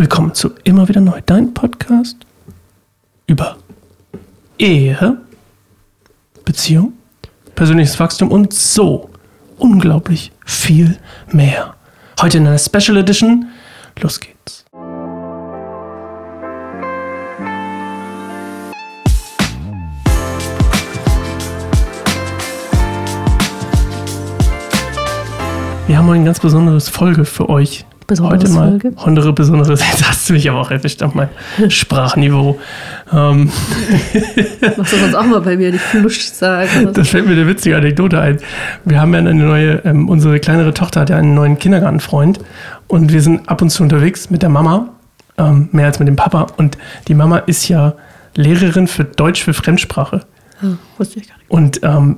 Willkommen zu Immer wieder neu, dein Podcast über Ehe, Beziehung, persönliches Wachstum und so unglaublich viel mehr. Heute in einer Special Edition. Los geht's. Wir haben heute eine ganz besondere Folge für euch. Heute mal besonderes. Jetzt hast du mich aber auch erwischt auf mein Sprachniveau. Machst du sonst auch mal bei mir nicht Flusch sagen? Das fällt mir eine witzige Anekdote ein. Wir haben ja eine neue, unsere kleinere Tochter hat ja einen neuen Kindergartenfreund und wir sind ab und zu unterwegs mit der Mama, mehr als mit dem Papa. Und die Mama ist ja Lehrerin für Deutsch für Fremdsprache. Oh, wusste ich gar nicht. Und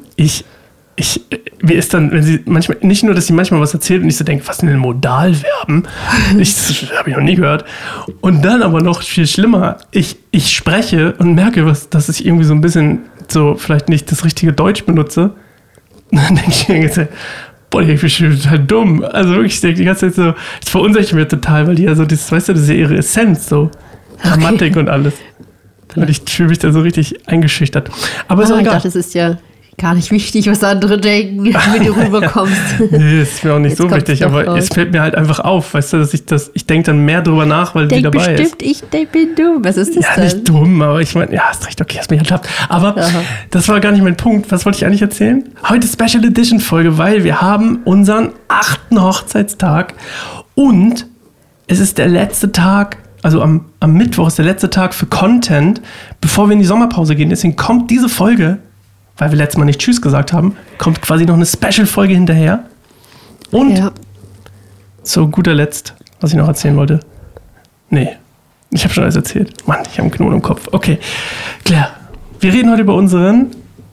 wie ist dann, wenn sie manchmal, nicht nur, dass sie manchmal was erzählt und ich so denke, was sind denn Modalverben? Das habe ich noch nie gehört. Und dann aber noch viel schlimmer, ich spreche und merke, dass ich irgendwie so ein bisschen so vielleicht nicht das richtige Deutsch benutze. Und dann denke ich mir, boah, ich bin schon total dumm. Also wirklich, ich denke die ganze Zeit so, das verunsichert mich total, weil die ja so, das ist ja ihre Essenz, so Grammatik und alles. Und ich fühle mich da so richtig eingeschüchtert. Aber ist auch egal. Ich dachte, das ist ja gar nicht wichtig, was andere denken, wenn du rüberkommst. Nee, das ist mir auch nicht so wichtig, aber es fällt mir halt einfach auf, weißt du, ich denke dann mehr drüber nach, weil die dabei ist. Ich bin dumm. Was ist das denn? Ja, nicht dumm, aber ich meine, ja, hast recht, okay, hast mich ertappt. Aber das war gar nicht mein Punkt. Was wollte ich eigentlich erzählen? Heute Special Edition Folge, weil wir haben unseren 8. Hochzeitstag und es ist der letzte Tag, also am Mittwoch ist der letzte Tag für Content, bevor wir in die Sommerpause gehen. Deswegen kommt diese Folge, weil wir letztes Mal nicht Tschüss gesagt haben, kommt quasi noch eine Special-Folge hinterher. Und zu guter Letzt, was ich noch erzählen wollte. Nee, ich habe schon alles erzählt. Mann, ich habe einen Knoten im Kopf. Okay, Claire, wir reden heute über unsere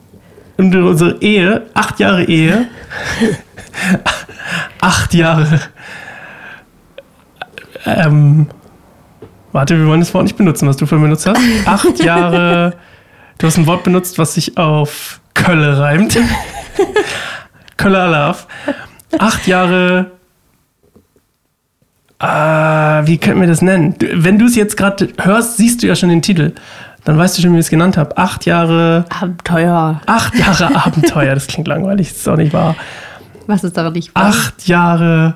Ehe, 8 Jahre Ehe. 8 Jahre. Warte, wir wollen das Wort nicht benutzen, was du vorhin benutzt hast. 8 Jahre... Du hast ein Wort benutzt, was sich auf Kölle reimt. Kölle Alaf. 8 Jahre. Wie könnten wir das nennen? Wenn du es jetzt gerade hörst, siehst du ja schon den Titel. Dann weißt du schon, wie ich es genannt habe. 8 Jahre. Abenteuer. 8 Jahre Abenteuer. Das klingt langweilig, das ist auch nicht wahr. Was ist daran nicht wahr? 8 Jahre.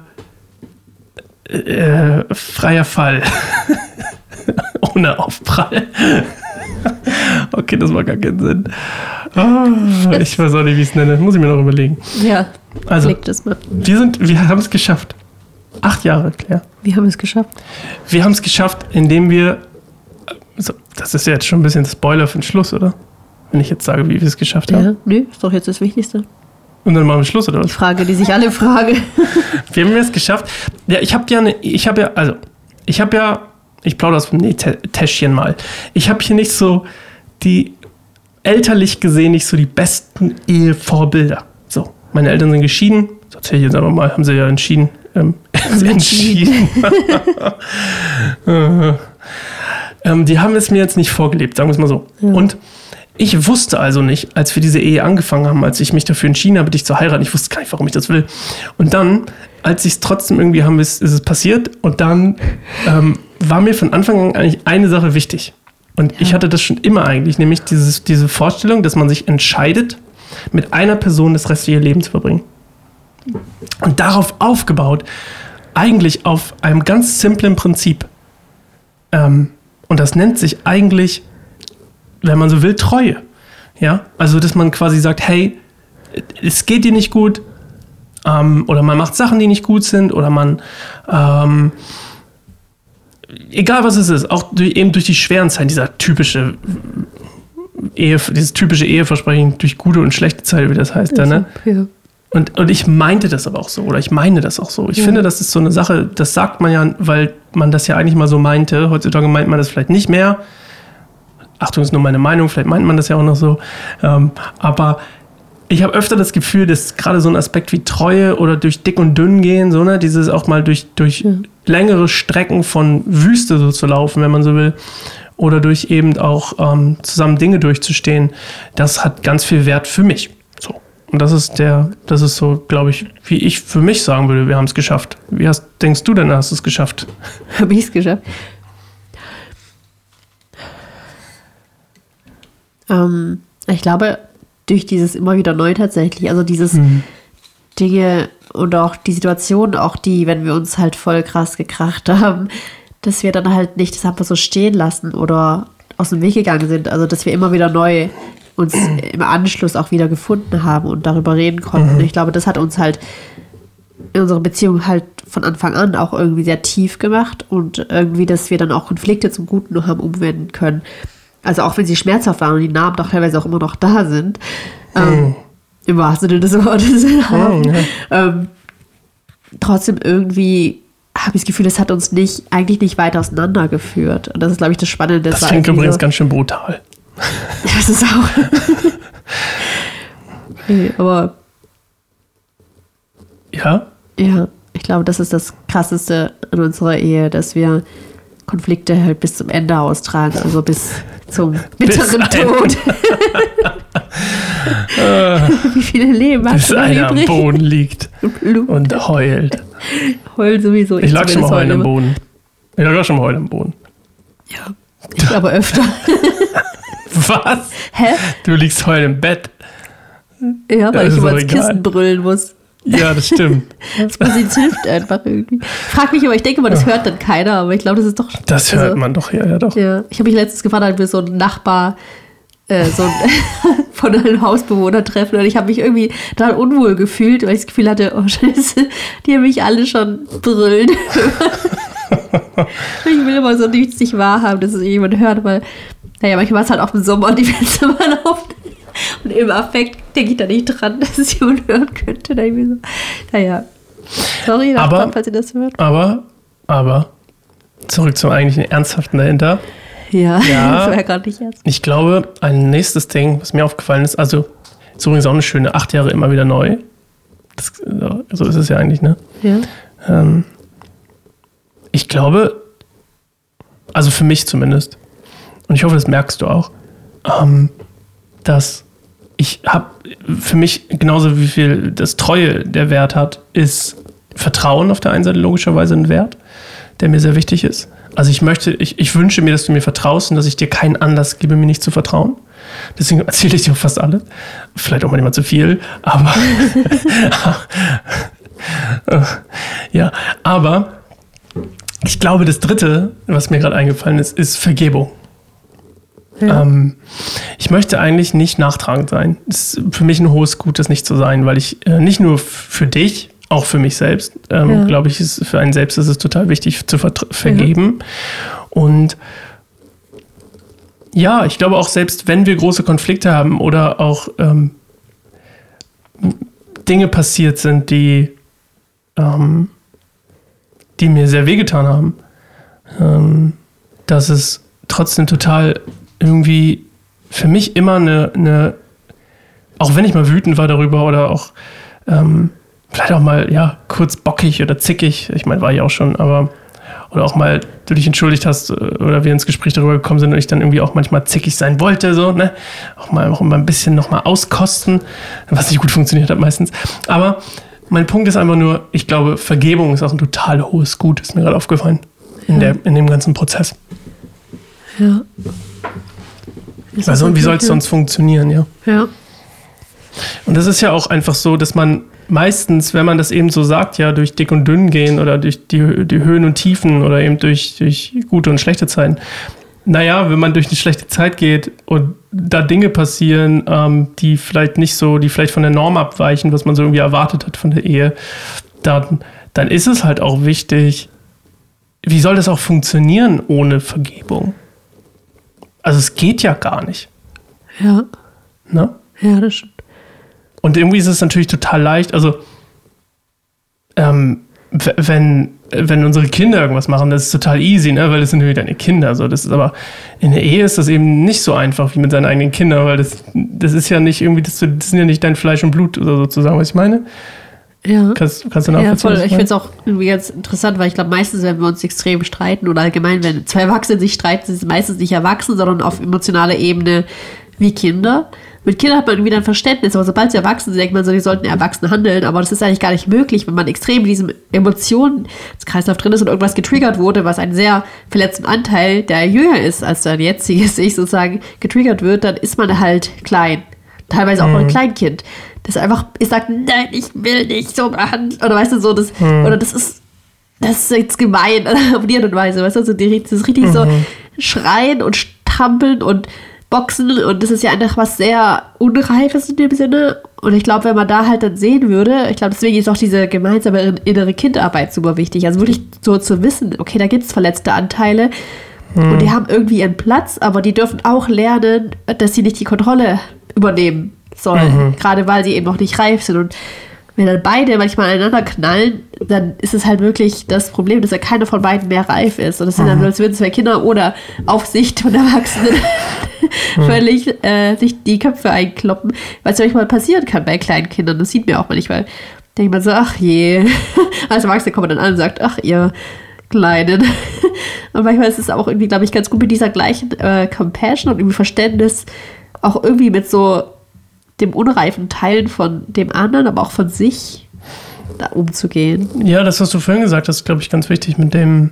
Freier Fall. Ohne Aufprall. Okay, das macht gar keinen Sinn. Ich weiß auch nicht, wie ich es nenne. Muss ich mir noch überlegen. Ja, also, leg das mal. Wir haben es geschafft. 8 Jahre, Claire. Wir haben es geschafft. Wir haben es geschafft, indem wir... So, das ist ja jetzt schon ein bisschen Spoiler für den Schluss, oder? Wenn ich jetzt sage, wie wir es geschafft haben. Ja, nö, ist doch jetzt das Wichtigste. Und dann machen wir Schluss, oder was? Die Frage, die sich alle fragen. Wie haben wir es geschafft? Ja, ich plaudere aus dem Täschchen mal. Ich habe hier nicht so elterlich gesehen, nicht so die besten Ehevorbilder. So, meine Eltern sind geschieden. Das erzähle ich jetzt einfach mal, haben sie ja entschieden. Die haben es mir jetzt nicht vorgelebt, sagen wir es mal so. Ja. Und ich wusste also nicht, als wir diese Ehe angefangen haben, als ich mich dafür entschieden habe, dich zu heiraten, ich wusste gar nicht, warum ich das will. Und dann, als ich es trotzdem irgendwie haben, ist es passiert. Und dann war mir von Anfang an eigentlich eine Sache wichtig. Und ich hatte das schon immer eigentlich, nämlich diese Vorstellung, dass man sich entscheidet, mit einer Person das restliche Leben zu verbringen. Und darauf aufgebaut, eigentlich auf einem ganz simplen Prinzip. Und das nennt sich eigentlich, wenn man so will, Treue. Ja? Also, dass man quasi sagt, hey, es geht dir nicht gut, oder man macht Sachen, die nicht gut sind, oder man, egal was es ist, auch durch die schweren Zeiten, dieses typische Eheversprechen durch gute und schlechte Zeiten, wie das heißt. Ja, ne? Ja. Und ich meinte das aber auch so, oder ich meine das auch so. Ich finde, das ist so eine Sache, das sagt man ja, weil man das ja eigentlich mal so meinte. Heutzutage meint man das vielleicht nicht mehr. Achtung, ist nur meine Meinung, vielleicht meint man das ja auch noch so. Aber ich habe öfter das Gefühl, dass gerade so ein Aspekt wie Treue oder durch dick und dünn gehen, so, ne, dieses auch mal durch längere Strecken von Wüste so zu laufen, wenn man so will, oder durch eben auch zusammen Dinge durchzustehen, das hat ganz viel Wert für mich. So. Und das ist so, glaube ich, wie ich für mich sagen würde, wir haben es geschafft. Denkst du denn, hast du es geschafft? Habe ich es geschafft? Ich glaube, durch dieses immer wieder neu tatsächlich, also dieses Dinge und auch die Situation, auch die, wenn wir uns halt voll krass gekracht haben, dass wir dann halt nicht das einfach so stehen lassen oder aus dem Weg gegangen sind. Also, dass wir immer wieder neu uns im Anschluss auch wieder gefunden haben und darüber reden konnten. Ich glaube, das hat uns halt in unserer Beziehung halt von Anfang an auch irgendwie sehr tief gemacht und irgendwie, dass wir dann auch Konflikte zum Guten haben umwenden können. Also auch wenn sie schmerzhaft waren und die Narben doch teilweise auch immer noch da sind. Im wahrsten Sinne des Wortes. Trotzdem irgendwie habe ich das Gefühl, es hat uns eigentlich nicht weiter auseinandergeführt. Und das ist, glaube ich, das Spannende. Das klingt übrigens ganz schön brutal. Das ist auch. Okay, aber. Ja? Ja, ich glaube, das ist das Krasseste an unserer Ehe, dass wir Konflikte halt bis zum Ende austragen, also bis zum bitteren Tod. Wie viele Leben hast du noch übrig? Bis einer am Boden liegt und heult. Heul sowieso. Ich lag schon mal heulen am Boden. Ich lag auch schon mal heulen am Boden. Ja, ich aber öfter. Was? Hä? Du liegst heulend im Bett. Ja, weil ich immer ins Kissen brüllen muss. Ja, das stimmt. Das hilft einfach irgendwie. Frag mich aber, ich denke mal, das hört dann keiner, aber ich glaube, das ist doch... Das hört man doch, ja doch. Ja. Ich habe mich letztens gefragt, als wir so einen Nachbar von einem Hausbewohner treffen und ich habe mich irgendwie total unwohl gefühlt, weil ich das Gefühl hatte, oh Scheiße, die haben mich alle schon brüllen. Ich will immer so nichts nicht wahrhaben, dass es jemand hört, weil, naja, manchmal war es halt auch im Sommer und die Fenster waren offen. Und im Affekt denke ich da nicht dran, dass es jemand hören könnte. Da so, naja, sorry, Nachbarn, falls ihr das hört. Aber, zurück zum eigentlichen Ernsthaften dahinter. Ja, das war ja gerade nicht ernst. Ich glaube, ein nächstes Ding, was mir aufgefallen ist, also ist übrigens auch eine schöne 8 Jahre immer wieder neu. So ist es ja eigentlich, ne? Ja. Ich glaube, also für mich zumindest, und ich hoffe, das merkst du auch, dass ich habe für mich genauso wie viel das Treue der Wert hat, ist Vertrauen auf der einen Seite logischerweise ein Wert, der mir sehr wichtig ist. Also ich wünsche mir, dass du mir vertraust und dass ich dir keinen Anlass gebe, mir nicht zu vertrauen. Deswegen erzähle ich dir auch fast alles. Vielleicht auch manchmal zu viel, aber ja, aber ich glaube, das Dritte, was mir gerade eingefallen ist Vergebung. Ja. Ich möchte eigentlich nicht nachtragend sein. Es ist für mich ein hohes Gut, das nicht zu sein, weil ich nicht nur für dich, auch für mich selbst, glaube ich, für einen selbst ist es total wichtig zu vergeben. Und ja, ich glaube auch, selbst wenn wir große Konflikte haben oder auch Dinge passiert sind, die mir sehr wehgetan haben, dass es trotzdem total irgendwie für mich immer eine, auch wenn ich mal wütend war darüber oder auch vielleicht auch mal, ja, kurz bockig oder zickig, ich meine, war ich auch schon, aber oder auch mal du dich entschuldigt hast oder wir ins Gespräch darüber gekommen sind und ich dann irgendwie auch manchmal zickig sein wollte, so, ne, auch mal ein bisschen nochmal auskosten, was nicht gut funktioniert hat meistens, aber mein Punkt ist einfach nur, ich glaube, Vergebung ist auch ein total hohes Gut, ist mir gerade aufgefallen, in dem ganzen Prozess. Ja. Also, wie soll es sonst funktionieren, ja? Ja. Und das ist ja auch einfach so, dass man meistens, wenn man das eben so sagt, ja, durch dick und dünn gehen oder durch die Höhen und Tiefen oder eben durch gute und schlechte Zeiten. Naja, wenn man durch eine schlechte Zeit geht und da Dinge passieren, die vielleicht von der Norm abweichen, was man so irgendwie erwartet hat von der Ehe, dann ist es halt auch wichtig, wie soll das auch funktionieren ohne Vergebung? Also es geht ja gar nicht. Ja. Ne? Ja, das stimmt. Und irgendwie ist es natürlich total leicht, also wenn unsere Kinder irgendwas machen, das ist total easy, ne? Weil das sind natürlich deine Kinder. So. Das ist aber in der Ehe ist das eben nicht so einfach wie mit seinen eigenen Kindern, weil das ist ja nicht irgendwie, das sind ja nicht dein Fleisch und Blut oder sozusagen, was ich meine. Ja. Kannst du nachvollziehen? Ja, voll. Ich finde es auch irgendwie ganz interessant, weil ich glaube, meistens, wenn wir uns extrem streiten oder allgemein, wenn zwei Erwachsene sich streiten, sind sie meistens nicht erwachsen, sondern auf emotionaler Ebene wie Kinder. mit Kindern hat man irgendwie ein Verständnis, aber sobald sie erwachsen sind, denkt man so, die sollten erwachsen handeln, aber das ist eigentlich gar nicht möglich, wenn man extrem in diesem Emotionskreislauf drin ist und irgendwas getriggert wurde, was einen sehr verletzten Anteil, der jünger ist als dein jetziges Ich sozusagen, getriggert wird, dann ist man halt klein. Teilweise auch noch ein Kleinkind. Das einfach, ich sage, nein, ich will nicht so behandeln. Oder weißt du, so, oder das ist jetzt gemein, auf die Art und Weise, weißt du, also das ist richtig so schreien und stampeln und boxen und das ist ja einfach was sehr Unreifes in dem Sinne und ich glaube, wenn man da halt dann sehen würde, ich glaube, deswegen ist auch diese gemeinsame innere Kindarbeit super wichtig, also wirklich so zu wissen, okay, da gibt es verletzte Anteile und die haben irgendwie ihren Platz, aber die dürfen auch lernen, dass sie nicht die Kontrolle übernehmen sollen, gerade weil sie eben noch nicht reif sind und wenn dann beide manchmal aneinander knallen, dann ist es halt wirklich das Problem, dass ja keiner von beiden mehr reif ist. Und das sind dann, als würden zwei Kinder oder auf Sicht von Erwachsenen völlig sich die Köpfe einkloppen, was ja manchmal passieren kann bei kleinen Kindern. Das sieht man auch manchmal. Denkt man so, ach je. Als Erwachsene kommt man dann an und sagt, ach ihr Kleinen. Und manchmal ist es auch irgendwie, glaube ich, ganz gut mit dieser gleichen Compassion und irgendwie Verständnis auch irgendwie mit so dem unreifen Teilen von dem anderen, aber auch von sich da umzugehen. Ja, das, was du vorhin gesagt hast, glaube ich, ganz wichtig mit dem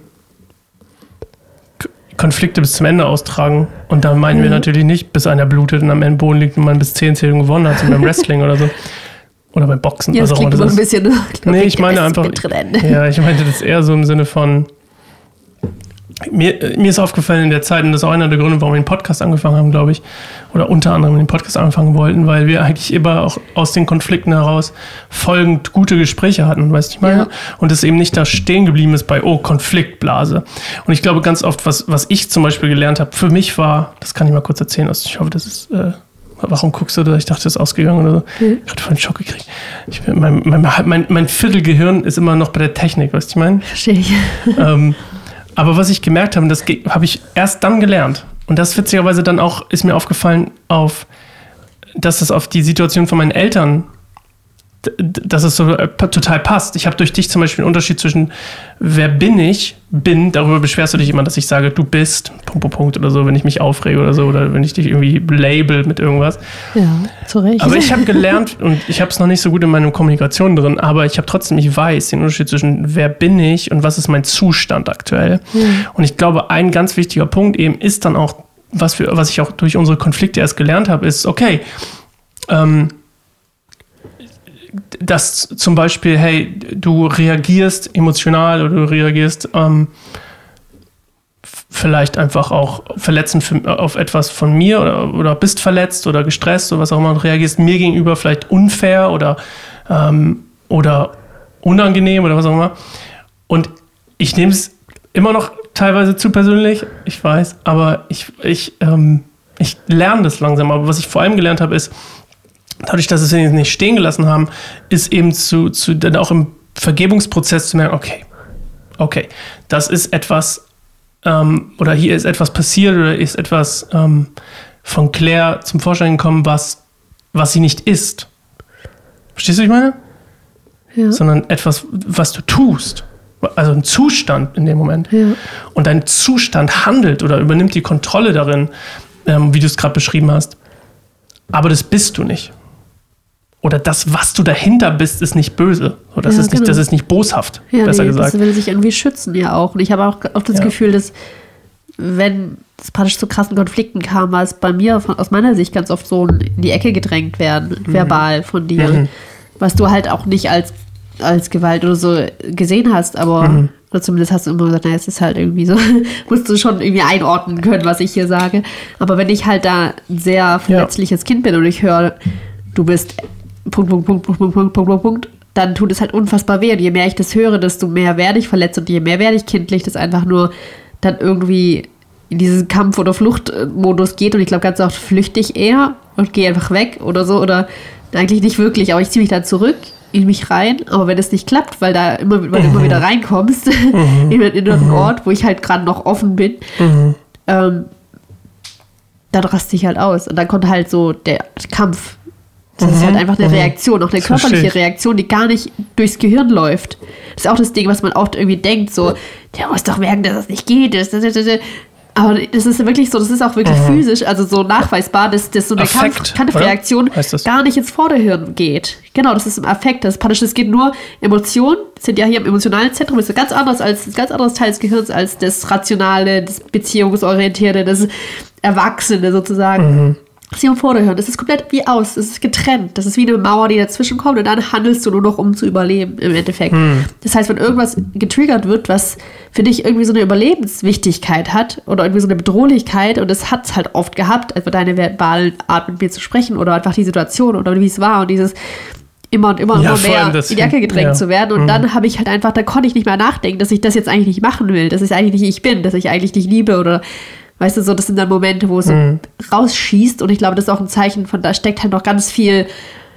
Konflikte bis zum Ende austragen. Und da meinen wir natürlich nicht, bis einer blutet und am Ende Boden liegt und man bis 10 Zählungen gewonnen hat, so beim Wrestling oder so. Oder beim Boxen. Ja, das klingt so ein bisschen... Nee, ich meine einfach... Ja, ich meinte das eher so im Sinne von... Mir ist aufgefallen in der Zeit, und das ist auch einer der Gründe, warum wir den Podcast angefangen haben, glaube ich, oder unter anderem den Podcast anfangen wollten, weil wir eigentlich immer auch aus den Konflikten heraus folgend gute Gespräche hatten, weißt du, ich meine? Ja. Und es eben nicht da stehen geblieben ist bei, Konfliktblase. Und ich glaube ganz oft, was ich zum Beispiel gelernt habe, für mich war, das kann ich mal kurz erzählen, ich hoffe, das ist... Warum guckst du da? Ich dachte, das ist ausgegangen oder so. Ich hatte voll einen Schock gekriegt. Mein Viertelgehirn ist immer noch bei der Technik, weißt du, ich meine? Verstehe ich. Aber was ich gemerkt habe, das habe ich erst dann gelernt. Und das witzigerweise dann auch ist mir aufgefallen, dass das auf die Situation von meinen Eltern, dass es so total passt. Ich habe durch dich zum Beispiel einen Unterschied zwischen wer bin, darüber beschwerst du dich immer, dass ich sage, du bist, Punkt oder so, wenn ich mich aufrege oder so, oder wenn ich dich irgendwie label mit irgendwas. Ja, zu Recht. Aber ich habe gelernt, und ich habe es noch nicht so gut in meiner Kommunikation drin, aber ich habe trotzdem, ich weiß den Unterschied zwischen wer bin ich und was ist mein Zustand aktuell. Und ich glaube, ein ganz wichtiger Punkt eben ist dann auch, was ich auch durch unsere Konflikte erst gelernt habe, ist, okay, dass zum Beispiel, hey, du reagierst emotional oder du reagierst vielleicht einfach auch verletzend auf etwas von mir oder bist verletzt oder gestresst oder was auch immer und reagierst mir gegenüber vielleicht unfair oder unangenehm oder was auch immer. Und ich nehme es immer noch teilweise zu persönlich, ich weiß, aber ich lerne das langsam. Aber was ich vor allem gelernt habe, ist, dadurch, dass wir es nicht stehen gelassen haben, ist eben dann auch im Vergebungsprozess zu merken, okay, das ist etwas, oder hier ist etwas passiert oder ist etwas von Claire zum Vorschein gekommen, was sie nicht ist. Verstehst du, was ich meine? Ja. Sondern etwas, was du tust. Also ein Zustand in dem Moment. Ja. Und dein Zustand handelt oder übernimmt die Kontrolle darin, wie du es gerade beschrieben hast. Aber das bist du nicht. Oder das, was du dahinter bist, ist nicht böse. Oder das ist nicht boshaft, besser gesagt. Das will sich irgendwie schützen, ja auch. Und ich habe auch oft das Gefühl, dass wenn es praktisch zu krassen Konflikten kam, war es bei mir aus meiner Sicht ganz oft so in die Ecke gedrängt werden, verbal von dir. Was du halt auch nicht als Gewalt oder so gesehen hast, aber oder zumindest hast du immer gesagt, naja, es ist halt irgendwie so, musst du schon irgendwie einordnen können, was ich hier sage. Aber wenn ich halt da ein sehr verletzliches Kind bin und ich höre, du bist Punkt, dann tut es halt unfassbar weh. Und je mehr ich das höre, desto mehr werde ich verletzt und je mehr werde ich kindlich, das einfach nur dann irgendwie in diesen Kampf- oder Fluchtmodus geht. Und ich glaube, ganz oft flüchte ich eher und gehe einfach weg oder so. Oder eigentlich nicht wirklich, aber ich ziehe mich dann zurück in mich rein. Aber wenn es nicht klappt, weil du immer wieder reinkommst in den inneren Ort, wo ich halt gerade noch offen bin, dann raste ich halt aus. Und dann kommt halt so der Kampf. Das ist halt einfach eine Reaktion, auch eine körperliche Reaktion, die gar nicht durchs Gehirn läuft. Das ist auch das Ding, was man oft irgendwie denkt, so, der muss doch merken, dass das nicht geht. Aber das ist wirklich so, das ist auch wirklich physisch, also so nachweisbar, dass so eine Kampfreaktion gar nicht ins Vorderhirn geht. Genau, das ist im Affekt. Das ist praktisch, es geht nur Emotionen, sind ja hier im emotionalen Zentrum, ist ganz anderes Teil des Gehirns als das Rationale, das Beziehungsorientierte, das Erwachsene sozusagen. Das ist im Vorderhirn. Das ist komplett wie aus. Das ist getrennt. Das ist wie eine Mauer, die dazwischen kommt und dann handelst du nur noch, um zu überleben im Endeffekt. Das heißt, wenn irgendwas getriggert wird, was für dich irgendwie so eine Überlebenswichtigkeit hat oder irgendwie so eine Bedrohlichkeit, und das hat es halt oft gehabt, also deine verbalen Art mit mir zu sprechen oder einfach die Situation oder wie es war und dieses immer und immer mehr in die Jacke gedrängt zu werden. Und dann habe ich halt einfach, da konnte ich nicht mehr nachdenken, dass ich das jetzt eigentlich nicht machen will, dass ich eigentlich nicht ich bin, dass ich eigentlich nicht liebe oder weißt du, so, das sind dann Momente, wo es so rausschießt. Und ich glaube, das ist auch ein Zeichen von, da steckt halt noch ganz viel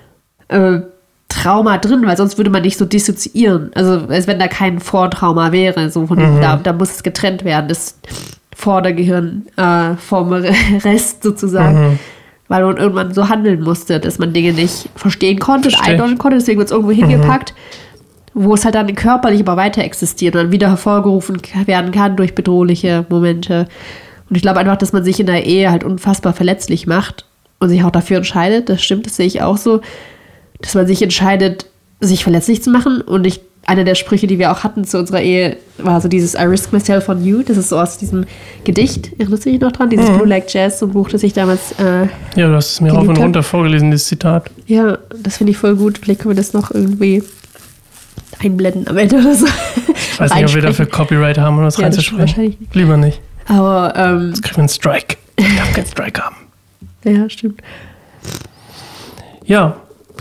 Trauma drin, weil sonst würde man nicht so dissoziieren. Also, als wenn da kein Vortrauma wäre. So von da muss es getrennt werden, das Vordergehirn vom Rest sozusagen. Weil man irgendwann so handeln musste, dass man Dinge nicht verstehen konnte und einordnen konnte. Deswegen wird es irgendwo hingepackt, wo es halt dann körperlich aber weiter existiert und dann wieder hervorgerufen werden kann durch bedrohliche Momente. Und ich glaube einfach, dass man sich in der Ehe halt unfassbar verletzlich macht und sich auch dafür entscheidet, das stimmt, das sehe ich auch so, dass man sich entscheidet, sich verletzlich zu machen. Und einer der Sprüche, die wir auch hatten zu unserer Ehe, war so dieses I risk myself on you. Das ist so aus diesem Gedicht, erinnerst du dich noch dran? Dieses Blue Like Jazz, so ein Buch, das ich damals ja, du hast es mir rauf und runter vorgelesen, dieses Zitat. Ja, das finde ich voll gut. Vielleicht können wir das noch irgendwie einblenden am Ende oder so. Ich weiß nicht, ob wir dafür Copyright haben, um das reinzusprechen. Wahrscheinlich nicht. Lieber nicht. Aber, jetzt kriegen wir einen Strike. Ich darf keinen Strike haben. Ja, stimmt. Ja.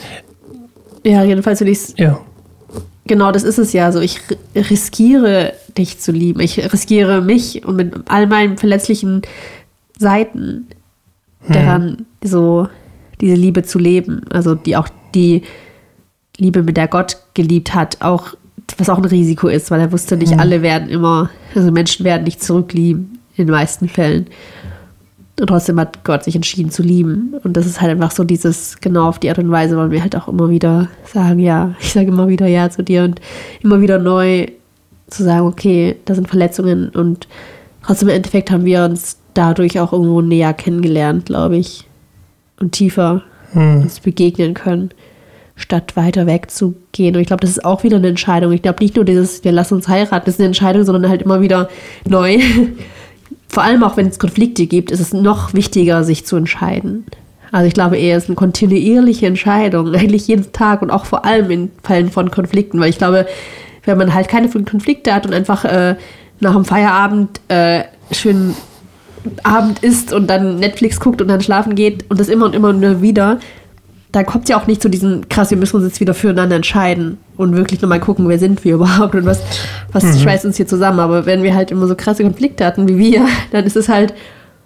Ja, jedenfalls will ich es. Ja. Genau, das ist es ja. So, ich riskiere, dich zu lieben. Ich riskiere mich und mit all meinen verletzlichen Seiten daran, so diese Liebe zu leben. Also die Liebe, mit der Gott geliebt hat, auch was auch ein Risiko ist, weil er wusste, nicht alle werden immer, also Menschen werden nicht zurücklieben, in den meisten Fällen. Und trotzdem hat Gott sich entschieden zu lieben. Und das ist halt einfach so dieses, genau auf die Art und Weise wollen wir halt auch immer wieder sagen, ja, ich sage immer wieder ja zu dir und immer wieder neu zu sagen, okay, da sind Verletzungen und trotzdem im Endeffekt haben wir uns dadurch auch irgendwo näher kennengelernt, glaube ich, und tiefer uns begegnen können, statt weiter wegzugehen. Und ich glaube, das ist auch wieder eine Entscheidung. Ich glaube nicht nur dieses, wir lassen uns heiraten, das ist eine Entscheidung, sondern halt immer wieder neu. Vor allem auch, wenn es Konflikte gibt, ist es noch wichtiger, sich zu entscheiden. Also ich glaube eher, es ist eine kontinuierliche Entscheidung, eigentlich jeden Tag und auch vor allem in Fällen von Konflikten, weil ich glaube, wenn man halt keine Konflikte hat und einfach nach dem Feierabend schön Abend isst und dann Netflix guckt und dann schlafen geht und das immer und immer nur wieder, da kommt ja auch nicht zu diesem, krass, wir müssen uns jetzt wieder füreinander entscheiden und wirklich nochmal gucken, wer sind wir überhaupt und was schweißt uns hier zusammen. Aber wenn wir halt immer so krasse Konflikte hatten wie wir, dann ist es halt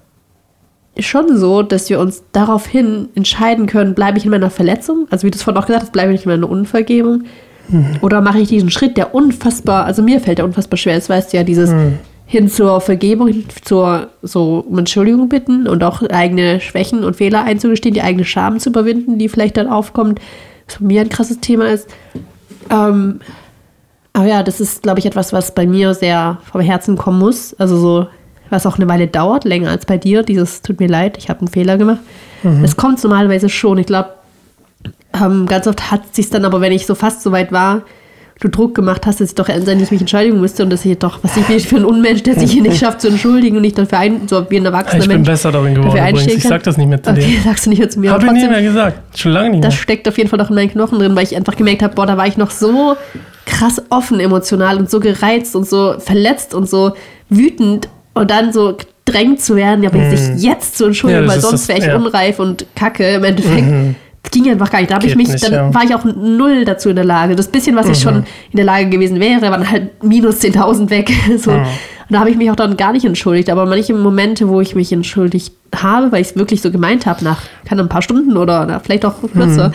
schon so, dass wir uns daraufhin entscheiden können, bleibe ich in meiner Verletzung, also wie du es vorhin auch gesagt hast, bleibe ich in meiner Unvergebung oder mache ich diesen Schritt, der unfassbar, also mir fällt der unfassbar schwer, das weißt du ja, dieses hin zur Vergebung, hin zur so um Entschuldigung bitten und auch eigene Schwächen und Fehler einzugestehen, die eigene Scham zu überwinden, die vielleicht dann aufkommt, was für mich ein krasses Thema ist. Aber ja, das ist, glaube ich, etwas, was bei mir sehr vom Herzen kommen muss. Also so, was auch eine Weile dauert, länger als bei dir. Dieses, tut mir leid, ich habe einen Fehler gemacht. Das kommt normalerweise schon. Ich glaube, ganz oft hat es sich dann aber, wenn ich so fast so weit war, du Druck gemacht hast, dass ich doch endlich mich entschuldigen müsste und dass ich doch, was ich bin für ein Unmensch, der sich hier nicht schafft zu entschuldigen und nicht dafür so wie ein erwachsener Mensch. Ich bin besser darin geworden übrigens. Ich sag das nicht mehr zu dir. Okay, sagst du nicht mehr zu mir. Hab ich nicht mehr gesagt. Schon lange nicht mehr. Das steckt auf jeden Fall noch in meinen Knochen drin, weil ich einfach gemerkt habe, boah, da war ich noch so krass offen emotional und so gereizt und so verletzt und so wütend und dann so gedrängt zu werden, ja, aber sich jetzt zu entschuldigen, weil sonst wäre ich unreif und kacke im Endeffekt. Das ging einfach gar nicht. Da habe ich mich, dann war ich auch null dazu in der Lage. Das bisschen, was ich schon in der Lage gewesen wäre, waren halt minus 10.000 weg. So. Und da habe ich mich auch dann gar nicht entschuldigt. Aber manche Momente, wo ich mich entschuldigt habe, weil ich es wirklich so gemeint habe, nach ein paar Stunden oder vielleicht auch kürzer,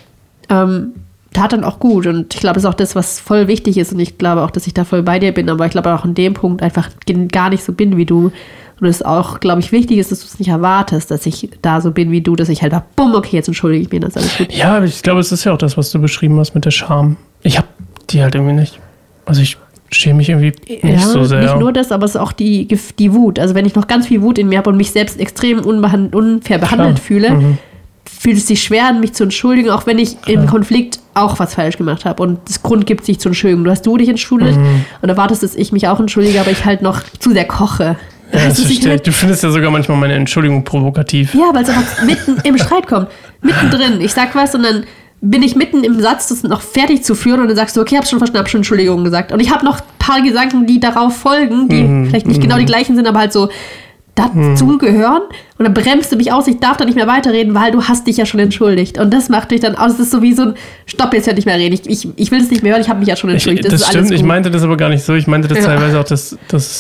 tat dann auch gut. Und ich glaube, das ist auch das, was voll wichtig ist. Und ich glaube auch, dass ich da voll bei dir bin. Aber ich glaube auch an dem Punkt einfach gar nicht so bin wie du. Und es auch, glaube ich, wichtig ist, dass du es nicht erwartest, dass ich da so bin wie du, dass ich halt bumm, okay, jetzt entschuldige ich mich, das ist alles gut. Ja, ich glaube, es ist ja auch das, was du beschrieben hast mit der Scham. Ich habe die halt irgendwie nicht. Also ich schäme mich irgendwie nicht so sehr. Nicht nur das, aber es ist auch die Wut. Also wenn ich noch ganz viel Wut in mir habe und mich selbst extrem unfair behandelt fühle, fühlt es sich schwer an, mich zu entschuldigen, auch wenn ich im Konflikt auch was falsch gemacht habe und es Grund gibt, sich zu entschuldigen. Du dich entschuldigt und erwartest, dass ich mich auch entschuldige, aber ich halt noch zu sehr koche. Ja, das verstehe ich. Du findest ja sogar manchmal meine Entschuldigung provokativ. Ja, weil es einfach mitten im Streit kommt. Mittendrin. Ich sag was und dann bin ich mitten im Satz, das noch fertig zu führen und dann sagst du, okay, hab schon verstanden, hab schon Entschuldigung gesagt. Und ich habe noch ein paar Gedanken, die darauf folgen, die vielleicht nicht genau die gleichen sind, aber halt so dazugehören. Und dann bremst du mich aus, ich darf da nicht mehr weiterreden, weil du hast dich ja schon entschuldigt. Und das macht dich dann aus, das ist so wie so ein Stopp, jetzt ja nicht mehr reden. Ich will es nicht mehr hören, ich habe mich ja schon entschuldigt. Das stimmt, ich meinte das aber gar nicht so. Ich meinte das teilweise auch, dass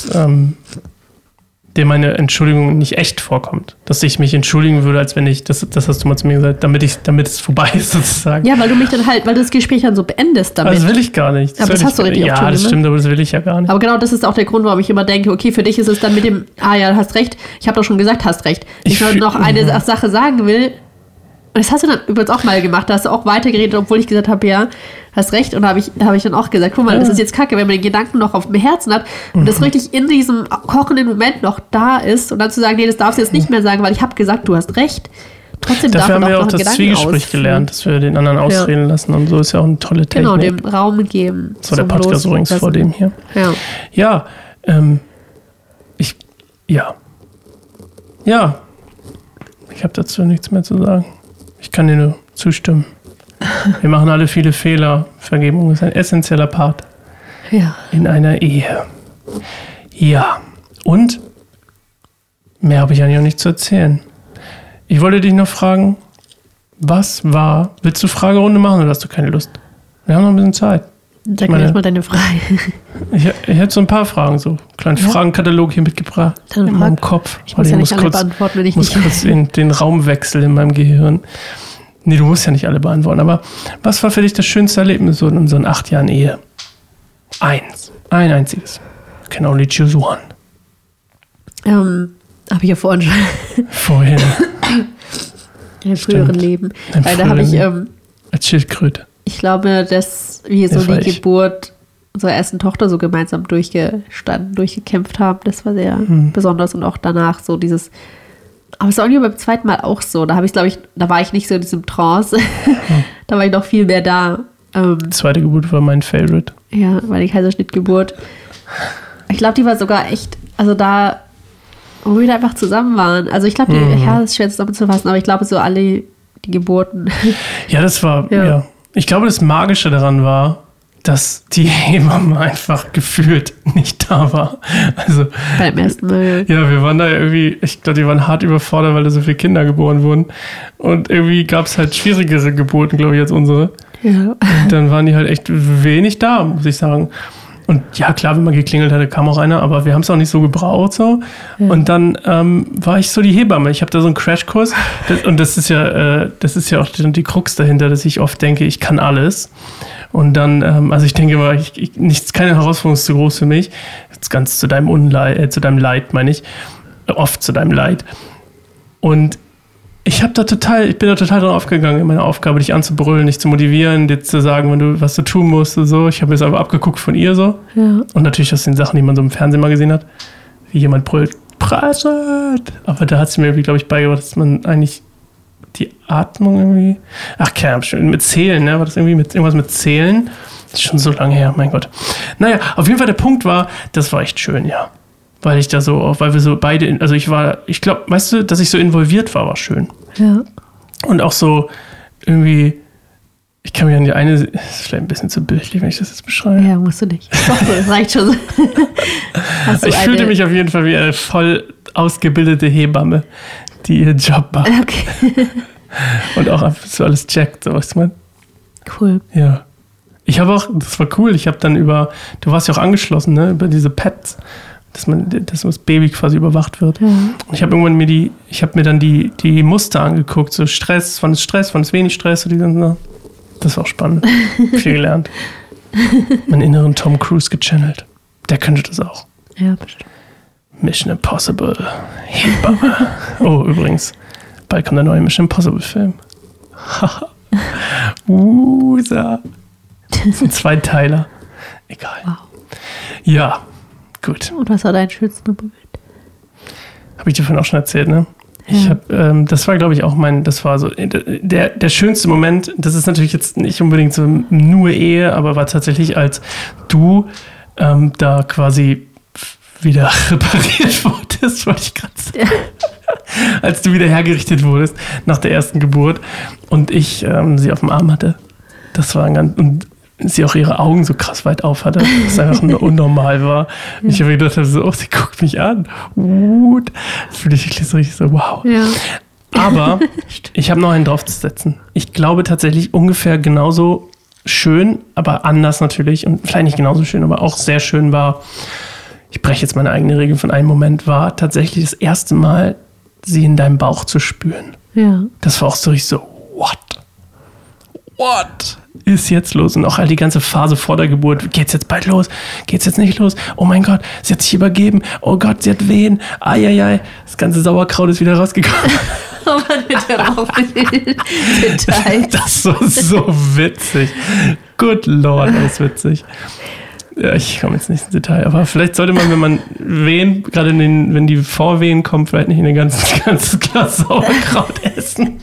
dir meine Entschuldigung nicht echt vorkommt. Dass ich mich entschuldigen würde, als wenn ich, das hast du mal zu mir gesagt, damit es vorbei ist sozusagen. Ja, weil du mich dann halt, weil du das Gespräch dann so beendest damit. Aber das will ich gar nicht. Aber das hast du richtig Ja, das stimmt, aber das will ich ja gar nicht. Aber genau das ist auch der Grund, warum ich immer denke, okay, für dich ist es dann mit dem, ja, hast recht, ich habe doch schon gesagt, hast recht. Ich noch eine Sache sagen will, und das hast du dann übrigens auch mal gemacht, da hast du auch weitergeredet, obwohl ich gesagt habe, ja, hast recht. Und da habe ich dann auch gesagt, guck mal, das ist jetzt kacke, wenn man den Gedanken noch auf dem Herzen hat und das richtig in diesem kochenden Moment noch da ist und dann zu sagen, nee, das darfst du jetzt nicht mehr sagen, weil ich habe gesagt, du hast recht. Trotzdem dafür haben wir auch das Zwiegespräch gelernt, dass wir den anderen ausreden lassen und so ist ja auch eine tolle Technik. Genau, dem Raum geben. So der Podcast übrigens vor dem hier. Ja, ich habe dazu nichts mehr zu sagen. Ich kann dir nur zustimmen. Wir machen alle viele Fehler. Vergebung ist ein essentieller Part in einer Ehe. Ja, und mehr habe ich eigentlich auch nicht zu erzählen. Ich wollte dich noch fragen, willst du Fragerunde machen oder hast du keine Lust? Wir haben noch ein bisschen Zeit. Sag mir erstmal deine Frage. Ich hätte so ein paar Fragen, so einen kleinen Fragenkatalog hier mitgebracht in meinem Kopf. Ich muss ja nicht alle beantworten, wenn ich muss kurz den Raum wechseln in meinem Gehirn. Nee, du musst ja nicht alle beantworten, aber was war für dich das schönste Erlebnis so in unseren 8 Jahren Ehe? Ein einziges. You can only choose one. Habe ich ja vorhin schon. Vorhin. In einem früheren Leben. Weil da habe ich als Schildkröte. Ich glaube, dass wir so die Geburt unserer ersten Tochter so gemeinsam durchgekämpft haben, das war sehr besonders und auch danach so dieses, aber es war irgendwie beim zweiten Mal auch so, da war ich nicht so in diesem Trance, da war ich noch viel mehr da. Zweite Geburt war mein Favorite. Ja, war die Kaiserschnittgeburt. Ich glaube, die war sogar echt, also da, wo wir da einfach zusammen waren, also ich glaube, das ist schwer zusammenzufassen, aber ich glaube so alle die Geburten. Ja, das war, Ich glaube, das Magische daran war, dass die Hebamme einfach gefühlt nicht da war. Also, beim ersten Mal. Ja, wir waren da irgendwie, ich glaube, die waren hart überfordert, weil da so viele Kinder geboren wurden. Und irgendwie gab es halt schwierigere Geburten, glaube ich, als unsere. Ja. Und dann waren die halt echt wenig da, muss ich sagen. Und ja, klar, wenn man geklingelt hatte, kam auch einer, aber wir haben es auch nicht so gebraucht. So. Ja. Und dann war ich so die Hebamme. Ich habe da so einen Crashkurs. Und das ist ja auch die Krux dahinter, dass ich oft denke, ich kann alles. Und dann, also ich denke immer, keine Herausforderung ist zu groß für mich. Jetzt ganz zu deinem Leid, meine ich. Oft zu deinem Leid. Und ich bin da total drauf aufgegangen, in meiner Aufgabe, dich anzubrüllen, dich zu motivieren, dir zu sagen, was du tun musst und so. Ich habe es aber abgeguckt von ihr so. Ja. Und natürlich aus den Sachen, die man so im Fernsehen mal gesehen hat, wie jemand brüllt, Preiswert. Aber da hat sie mir, glaube ich, beigebracht, dass man eigentlich die Atmung irgendwie, mit Zählen, ne? War das irgendwie irgendwas mit Zählen? Das ist schon so lange her, mein Gott. Naja, auf jeden Fall der Punkt war, das war echt schön, ja. Weil wir so beide, also ich glaube, weißt du, dass ich so involviert war schön. Ja. Und auch so irgendwie, ich kann mich an die eine, das ist vielleicht ein bisschen zu bildlich, wenn ich das jetzt beschreibe. Ja, musst du nicht. Doch, das reicht schon. Ich fühlte mich auf jeden Fall wie eine voll ausgebildete Hebamme, die ihren Job macht. Okay. Und auch so alles checkt, so was man. Cool. Ja. Ich habe auch, das war cool, ich habe dann du warst ja auch angeschlossen, ne, über diese Pads, dass das Baby quasi überwacht wird. Ja. Und ich habe irgendwann mir dann die Muster angeguckt, so Stress, wann ist wenig Stress, so das war auch spannend. Viel gelernt. Meinen inneren Tom Cruise gechannelt. Der könnte das auch. Ja, bestimmt. Mission Impossible. Hebamme. Oh, übrigens, bald kommt der neue Mission Impossible Film. So. Das sind 2 Teiler. Egal. Wow. Ja, gut. Und was war dein schönster Moment? Habe ich dir vorhin auch schon erzählt, ne? Ja. Das war, glaube ich, auch das war so, der schönste Moment, das ist natürlich jetzt nicht unbedingt so nur Ehe, aber war tatsächlich, als du da quasi wieder repariert wurdest, wollte ich gerade sagen. Als du wieder hergerichtet wurdest nach der ersten Geburt und ich sie auf dem Arm hatte. Das war und sie auch ihre Augen so krass weit auf hatte, was einfach nur unnormal war. Ja. Ich habe gedacht, so, sie guckt mich an. Das fühle ich wirklich so richtig so, wow. Ja. Aber ich habe noch einen draufzusetzen. Ich glaube tatsächlich ungefähr genauso schön, aber anders natürlich und vielleicht nicht genauso schön, aber auch sehr schön war, ich breche jetzt meine eigene Regel von einem Moment, war tatsächlich das erste Mal, sie in deinem Bauch zu spüren. Ja. Das war auch so richtig so, what ist jetzt los? Und auch all die ganze Phase vor der Geburt, geht's jetzt bald los? Geht's jetzt nicht los? Oh mein Gott, sie hat sich übergeben. Oh Gott, sie hat Wehen. Eieiei, das ganze Sauerkraut ist wieder rausgekommen. Oh Mann, bitte auf mit den Details. Das war so witzig. Good Lord, alles witzig. Ja, ich komme jetzt nicht ins Detail, aber vielleicht sollte man, wenn man Wehen, gerade wenn die Vorwehen kommen, vielleicht nicht eine ganze Glas Sauerkraut essen.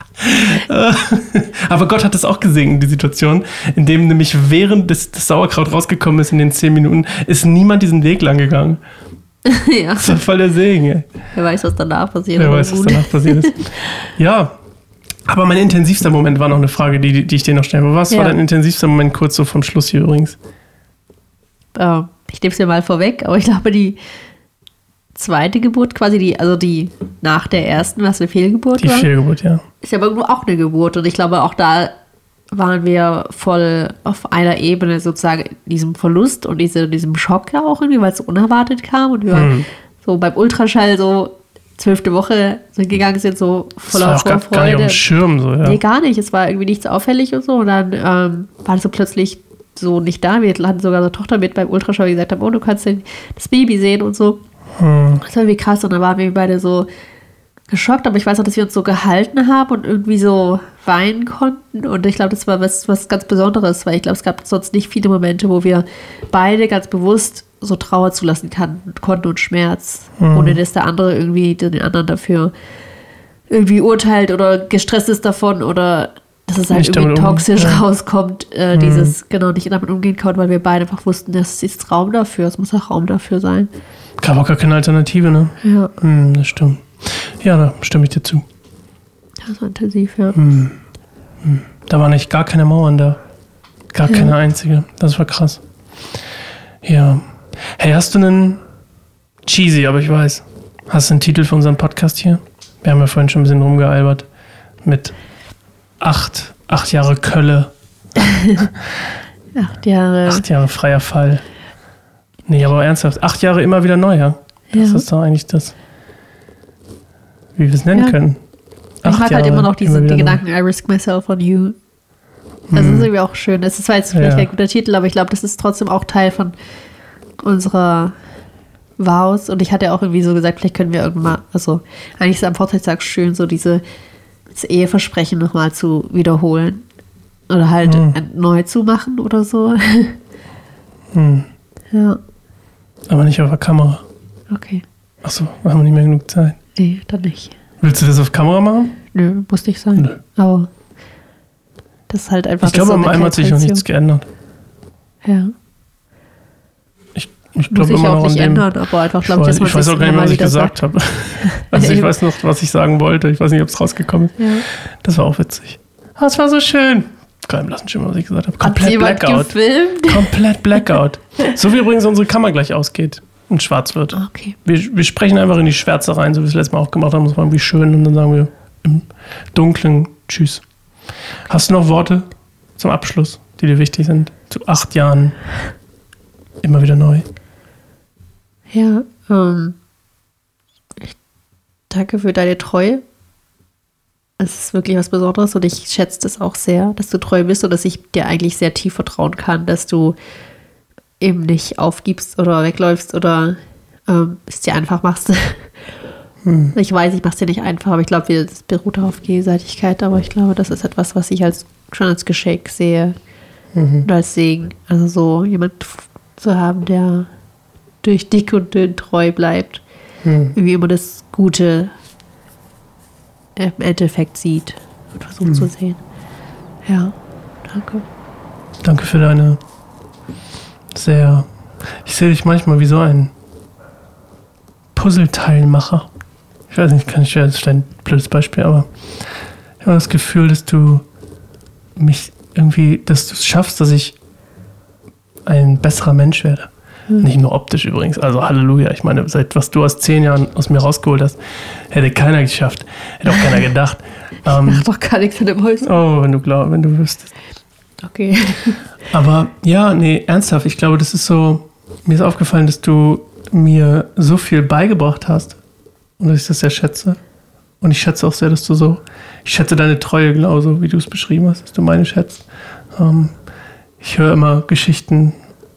Aber Gott hat das auch gesegnet, die Situation, in dem nämlich während das Sauerkraut rausgekommen ist in den 10 Minuten, ist niemand diesen Weg lang gegangen. Ja. Das war voll der Segen, ey. Wer weiß, was danach passiert. Wer weiß, was danach passiert ist. Ja, aber mein intensivster Moment war noch eine Frage, die ich dir noch stellen will. Was war dein intensivster Moment kurz so vom Schluss hier übrigens? Ich nehme es dir mal vorweg, aber ich glaube, die zweite Geburt, quasi die nach der ersten, was eine Fehlgeburt war. Die Fehlgeburt, ja. Ist ja aber irgendwo auch eine Geburt. Und ich glaube, auch da waren wir voll auf einer Ebene sozusagen diesem Verlust und diesem Schock ja auch irgendwie, weil es so unerwartet kam. Und wir waren so beim Ultraschall so 12. Woche so gegangen sind, so voller Vorfreude. Das war auch gar nicht auf dem Schirm. So, ja. Nee, gar nicht. Es war irgendwie nicht so auffällig und so. Und dann war es so plötzlich so nicht da. Wir hatten sogar unsere Tochter mit beim Ultraschall, die gesagt haben, oh, du kannst das Baby sehen und so. Das war irgendwie krass. Und dann waren wir beide so geschockt, aber ich weiß auch, dass wir uns so gehalten haben und irgendwie so weinen konnten. Und ich glaube, das war was ganz Besonderes, weil ich glaube, es gab sonst nicht viele Momente, wo wir beide ganz bewusst so Trauer zulassen konnten und Schmerz, ohne dass der andere irgendwie den anderen dafür irgendwie urteilt oder gestresst ist davon oder dass es halt nicht irgendwie toxisch rauskommt, dieses genau nicht damit umgehen kann, weil wir beide einfach wussten, das ist Raum dafür, es muss auch Raum dafür sein. Gab auch gar keine Alternative, ne? Ja. Das stimmt. Ja, da stimme ich dir zu. Das war intensiv, ja. Da waren echt gar keine Mauern da. Gar keine einzige. Das war krass. Ja. Hey, hast du einen cheesy, aber ich weiß. Hast du einen Titel für unseren Podcast hier? Wir haben ja vorhin schon ein bisschen rumgealbert. Mit 8 Jahre Kölle. 8 Jahre. 8 Jahre freier Fall. Nee, aber ernsthaft. 8 Jahre immer wieder neu, ja? Das ist doch eigentlich das, wie wir es nennen können. Ich mag halt immer noch die Gedanken, I risk myself on you. Das ist irgendwie auch schön. Das ist zwar jetzt vielleicht kein guter Titel, aber ich glaube, das ist trotzdem auch Teil von unserer Vows. Und ich hatte auch irgendwie so gesagt, vielleicht können wir irgendwann mal, also eigentlich ist es am Hochzeitstag schön, so das Eheversprechen nochmal zu wiederholen. Oder halt neu zu machen oder so. Ja. Aber nicht auf der Kamera. Okay. Achso, haben wir nicht mehr genug Zeit. Nee, dann nicht. Willst du das auf Kamera machen? Nö, muss nicht sein. Nö. Aber das ist halt einfach. Ich glaube, am Einmal hat sich noch nichts geändert. Ja. Ich glaube immer auch noch nicht ändern, aber einfach glaube ich, dass man ich weiß auch gar nicht mehr, was ich gesagt habe. Also ich weiß noch, was ich sagen wollte. Ich weiß nicht, ob es rausgekommen ist. Ja. Das war auch witzig. Das war so schön. Keinem lassen schon, was ich gesagt habe. Komplett Blackout. Gefilmt? Komplett Blackout. So wie übrigens unsere Kamera gleich ausgeht und schwarz wird. Okay. Wir sprechen einfach in die Schwärze rein, so wie wir es letztes Mal auch gemacht haben. Das war irgendwie schön und dann sagen wir im Dunklen Tschüss. Hast du noch Worte zum Abschluss, die dir wichtig sind? Zu 8 Jahren immer wieder neu. Ja, ich danke für deine Treue. Es ist wirklich was Besonderes und ich schätze das auch sehr, dass du treu bist und dass ich dir eigentlich sehr tief vertrauen kann, dass du eben nicht aufgibst oder wegläufst oder es dir einfach machst. Ich weiß, ich mache es dir nicht einfach, aber ich glaube, es beruht auf Gegenseitigkeit, aber ich glaube, das ist etwas, was ich schon als Geschenk sehe und als Segen. Also so jemand zu haben, der durch dick und dünn treu bleibt. Irgendwie immer das Gute im Endeffekt sieht und versucht zu sehen. Ja, danke. Danke für deine ich sehe dich manchmal wie so ein Puzzleteilmacher. Ich weiß nicht, das ist ein blödes Beispiel, aber ich habe das Gefühl, dass du es schaffst, dass ich ein besserer Mensch werde. Nicht nur optisch übrigens, also Halleluja. Ich meine, was du aus 10 Jahren aus mir rausgeholt hast, hätte keiner geschafft. Hätte auch keiner gedacht. Mach doch gar nichts in dem Häuschen. Oh, wenn du wüsstest. Okay. Aber ja, nee, ernsthaft, ich glaube, das ist so, mir ist aufgefallen, dass du mir so viel beigebracht hast und dass ich das sehr schätze. Und ich schätze auch sehr, dass ich schätze deine Treue genauso, wie du es beschrieben hast, dass du meine schätzt. Ich höre immer Geschichten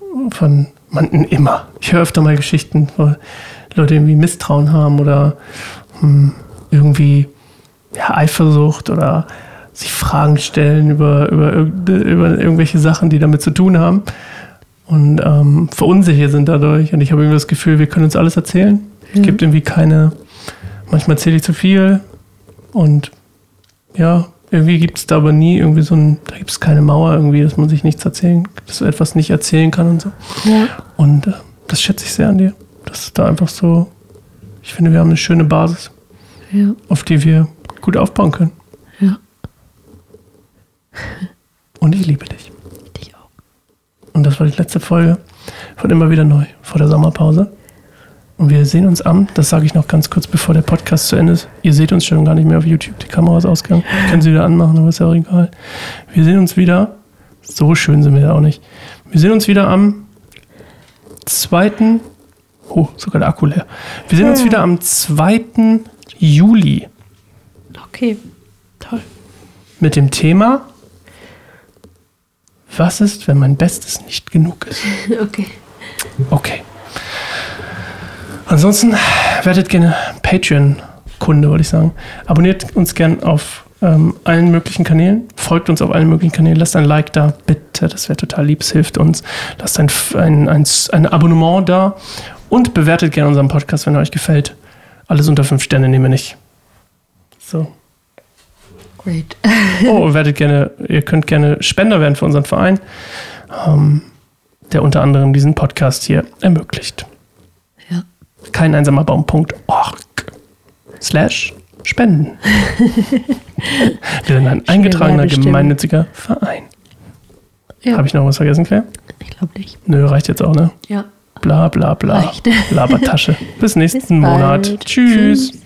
ich höre öfter mal Geschichten, wo Leute irgendwie Misstrauen haben oder irgendwie Eifersucht oder sich Fragen stellen über irgendwelche Sachen, die damit zu tun haben und verunsichert sind dadurch. Und ich habe irgendwie das Gefühl, wir können uns alles erzählen. Es gibt irgendwie manchmal erzähle ich zu viel und ja, irgendwie gibt es da aber nie irgendwie da gibt es keine Mauer irgendwie, dass man sich nichts erzählen, dass du etwas nicht erzählen kann und so. Ja. Und das schätze ich sehr an dir. Das ist da einfach so, ich finde, wir haben eine schöne Basis, auf die wir gut aufbauen können. Ja. Und ich liebe dich. Dich auch. Und das war die letzte Folge von Immer wieder neu vor der Sommerpause. Und wir sehen uns das sage ich noch ganz kurz, bevor der Podcast zu Ende ist. Ihr seht uns schon gar nicht mehr auf YouTube, die Kamera ist ausgegangen. Ich kann sie wieder anmachen, aber ist ja auch egal. Wir sehen uns wieder, so schön sind wir da auch nicht. Wir sehen uns wieder am 2. Oh, sogar der Akku leer. Wir sehen uns wieder am 2. Juli. Okay, toll. Mit dem Thema: Was ist, wenn mein Bestes nicht genug ist? Okay. Ansonsten werdet gerne Patreon-Kunde, würde ich sagen. Abonniert uns gerne auf allen möglichen Kanälen. Folgt uns auf allen möglichen Kanälen. Lasst ein Like da, bitte. Das wäre total lieb. Es hilft uns. Lasst ein Abonnement da. Und bewertet gerne unseren Podcast, wenn er euch gefällt. Alles unter 5 Sterne nehmen wir nicht. So. Great. Ihr könnt gerne Spender werden für unseren Verein, der unter anderem diesen Podcast hier ermöglicht. Ja. keineinsamerbaum.org/spenden. Wir sind ein eingetragener gemeinnütziger Verein. Ja. Habe ich noch was vergessen, Claire? Ich glaube nicht. Nö, reicht jetzt auch, ne? Ja. Bla bla bla. Reicht. Labertasche. Bis nächsten Monat. Tschüss.